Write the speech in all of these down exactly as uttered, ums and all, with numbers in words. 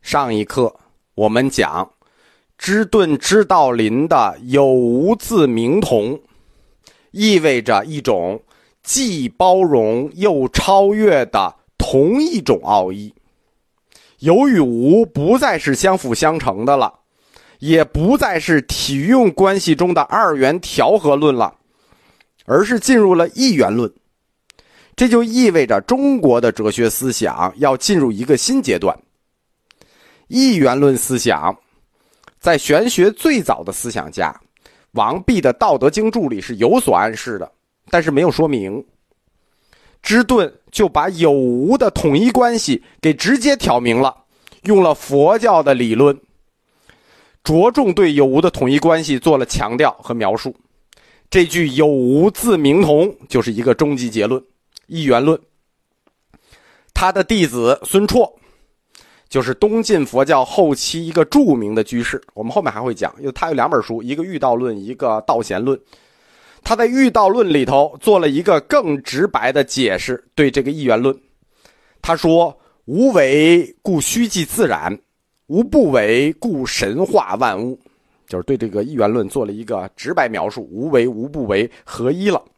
上一课我们讲知顿知道林的有无字明同，意味着一种既包容又超越的同一种奥义。有与无不再是相辅相成的了，也不再是体用关系中的二元调和论了，而是进入了一元论。这就意味着中国的哲学思想要进入一个新阶段。一元论思想在玄学最早的思想家王弼的《道德经注》里是有所暗示的，但是没有说明。知顿就把有无的统一关系给直接挑明了，用了佛教的理论，着重对有无的统一关系做了强调和描述。这句有无自明同就是一个终极结论，一元论。他的弟子孙绰就是东晋佛教后期一个著名的居士，我们后面还会讲，因为他有两本书，一个喻道论，一个道贤论。他在喻道论里头做了一个更直白的解释，对这个一元论。他说无为故虚即自然，无不为故神化万物，就是对这个一元论做了一个直白描述，无为无不为合一了。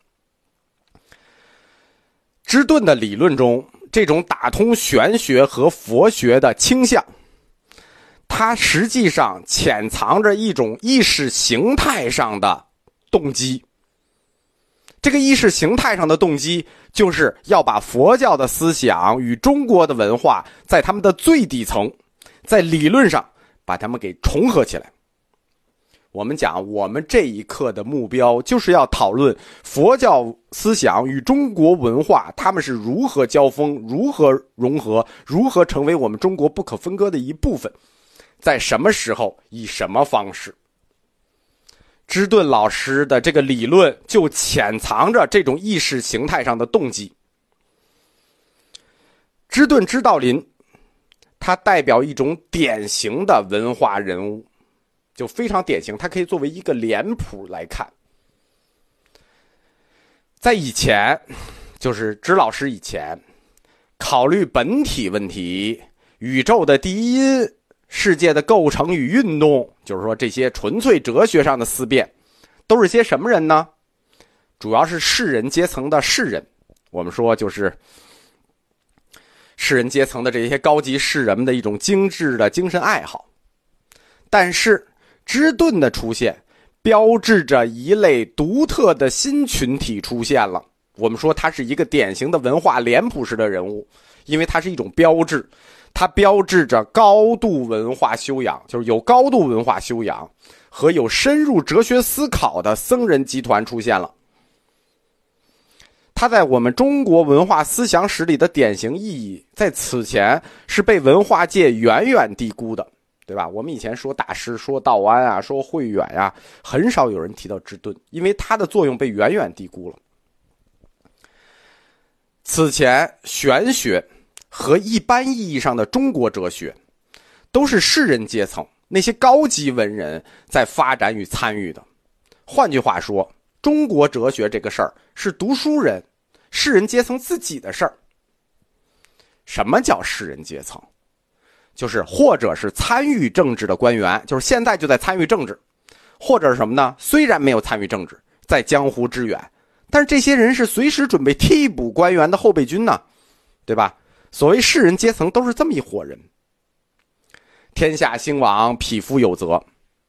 知顿的理论中，这种打通玄学和佛学的倾向，它实际上潜藏着一种意识形态上的动机。这个意识形态上的动机就是要把佛教的思想与中国的文化在他们的最底层，在理论上把它们给重合起来。我们讲我们这一课的目标就是要讨论佛教思想与中国文化它们是如何交锋，如何融合，如何成为我们中国不可分割的一部分，在什么时候以什么方式。知顿老师的这个理论就潜藏着这种意识形态上的动机。知顿知道林它代表一种典型的文化人物，就非常典型，它可以作为一个脸谱来看。在以前，就是知老师以前考虑本体问题，宇宙的第一因，世界的构成与运动，就是说这些纯粹哲学上的思辨，都是些什么人呢？主要是士人阶层的士人，我们说就是士人阶层的这些高级士人们的一种精致的精神爱好。但是知顿的出现标志着一类独特的新群体出现了。我们说他是一个典型的文化脸谱式的人物，因为它是一种标志，它标志着高度文化修养，就是有高度文化修养和有深入哲学思考的僧人集团出现了。它在我们中国文化思想史里的典型意义，在此前是被文化界远远低估的，对吧？我们以前说大师，说道安啊，说慧远啊，很少有人提到知顿，因为它的作用被远远低估了。此前玄学和一般意义上的中国哲学都是士人阶层，那些高级文人在发展与参与的。换句话说，中国哲学这个事儿是读书人士人阶层自己的事儿。什么叫士人阶层？就是或者是参与政治的官员，就是现在就在参与政治，或者是什么呢？虽然没有参与政治，在江湖之远，但是这些人是随时准备替补官员的后备军呢，对吧？所谓士人阶层都是这么一伙人。天下兴亡，匹夫有责。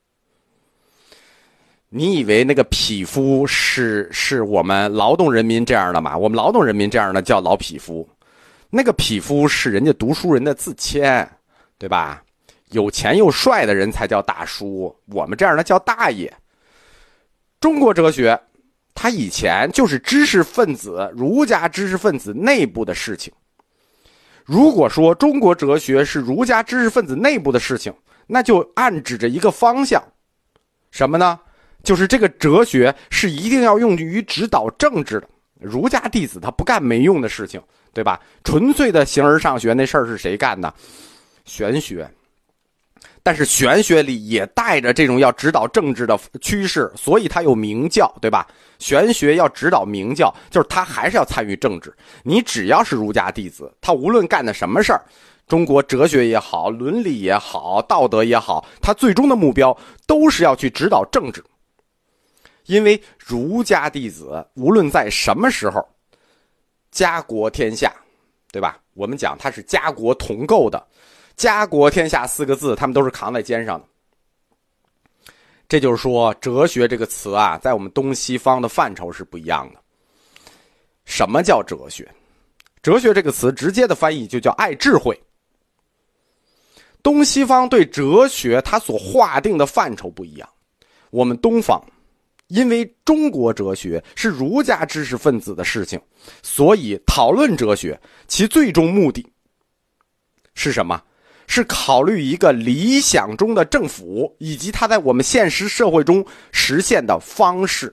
你以为那个匹夫是是我们劳动人民这样的吗？我们劳动人民这样的叫老匹夫，那个匹夫是人家读书人的自谦，对吧？有钱又帅的人才叫大叔，我们这样的叫大爷。中国哲学它以前就是知识分子，儒家知识分子内部的事情。如果说中国哲学是儒家知识分子内部的事情，那就暗指着一个方向，什么呢？就是这个哲学是一定要用于指导政治的。儒家弟子他不干没用的事情，对吧？纯粹的形而上学那事儿是谁干的？玄学。但是玄学里也带着这种要指导政治的趋势，所以它有明教，对吧？玄学要指导明教，就是他还是要参与政治。你只要是儒家弟子，他无论干的什么事儿， 中国哲学也好，伦理也好，道德也好，它最终的目标都是要去指导政治。因为儒家弟子无论在什么时候家国天下，对吧？我们讲它是家国同构的，家国天下四个字他们都是扛在肩上的。这就是说哲学这个词啊，在我们东西方的范畴是不一样的。什么叫哲学？哲学这个词直接的翻译就叫爱智慧。东西方对哲学它所划定的范畴不一样。我们东方因为中国哲学是儒家知识分子的事情，所以讨论哲学其最终目的是什么？是考虑一个理想中的政府以及它在我们现实社会中实现的方式。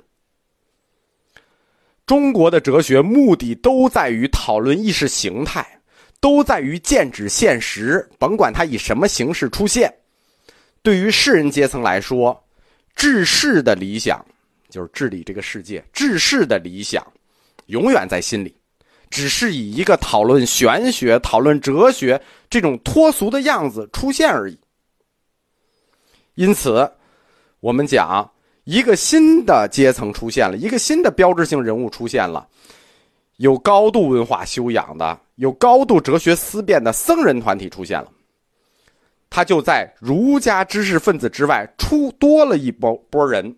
中国的哲学目的都在于讨论意识形态，都在于剑指现实，甭管它以什么形式出现。对于士人阶层来说，治世的理想就是治理这个世界，治世的理想永远在心里，只是以一个讨论玄学、讨论哲学这种脱俗的样子出现而已。因此我们讲一个新的阶层出现了，一个新的标志性人物出现了，有高度文化修养的，有高度哲学思辨的僧人团体出现了。他就在儒家知识分子之外出多了一波波人。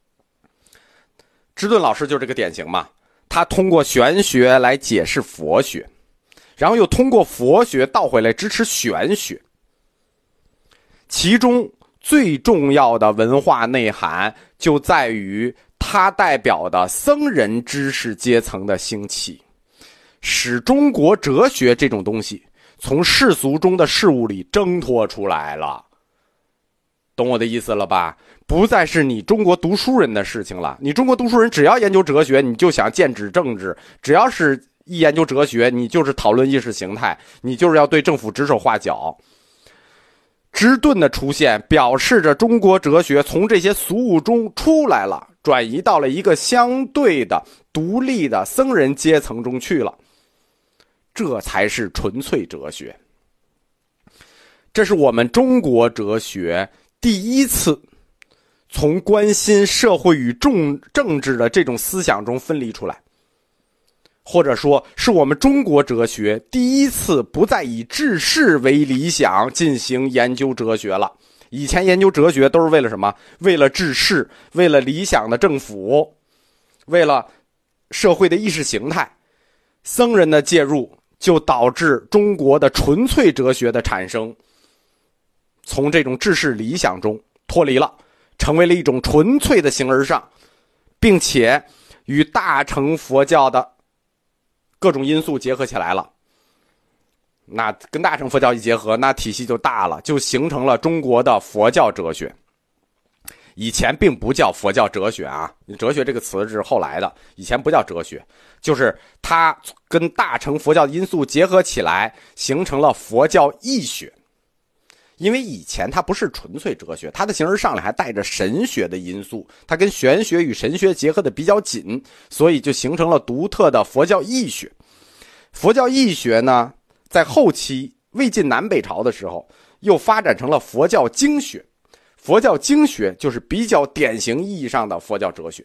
芝顿老师就这个典型嘛，他通过玄学来解释佛学，然后又通过佛学倒回来支持玄学。其中最重要的文化内涵就在于它代表的僧人知识阶层的兴起，使中国哲学这种东西从世俗中的事物里挣脱出来了。懂我的意思了吧？不再是你中国读书人的事情了。你中国读书人只要研究哲学，你就想剑指政治，只要是一研究哲学，你就是讨论意识形态，你就是要对政府指手画脚。芝顿的出现表示着中国哲学从这些俗物中出来了，转移到了一个相对的独立的僧人阶层中去了。这才是纯粹哲学。这是我们中国哲学第一次从关心社会与政治的这种思想中分离出来，或者说是我们中国哲学第一次不再以治世为理想进行研究哲学了。以前研究哲学都是为了什么？为了治世，为了理想的政府，为了社会的意识形态。僧人的介入就导致中国的纯粹哲学的产生，从这种治世理想中脱离了，成为了一种纯粹的形而上，并且与大乘佛教的各种因素结合起来了。那跟大乘佛教一结合，那体系就大了，就形成了中国的佛教哲学。以前并不叫佛教哲学啊，哲学这个词是后来的，以前不叫哲学，就是它跟大乘佛教的因素结合起来，形成了佛教义学。因为以前它不是纯粹哲学，它的形而上来还带着神学的因素，它跟玄学与神学结合的比较紧，所以就形成了独特的佛教义学。佛教义学呢，在后期魏晋南北朝的时候，又发展成了佛教经学。佛教经学就是比较典型意义上的佛教哲学。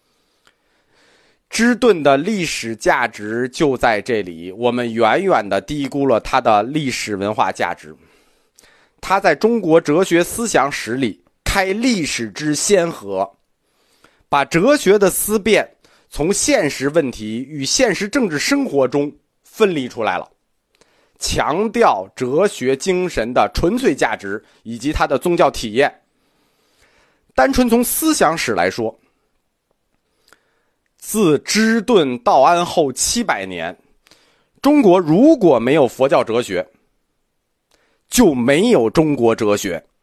芝顿的历史价值就在这里，我们远远地低估了它的历史文化价值。他在中国哲学思想史里开历史之先河，把哲学的思辨从现实问题与现实政治生活中分离出来了，强调哲学精神的纯粹价值以及它的宗教体验。单纯从思想史来说，自芝顿道安后七百年，中国如果没有佛教哲学，就没有中国哲学。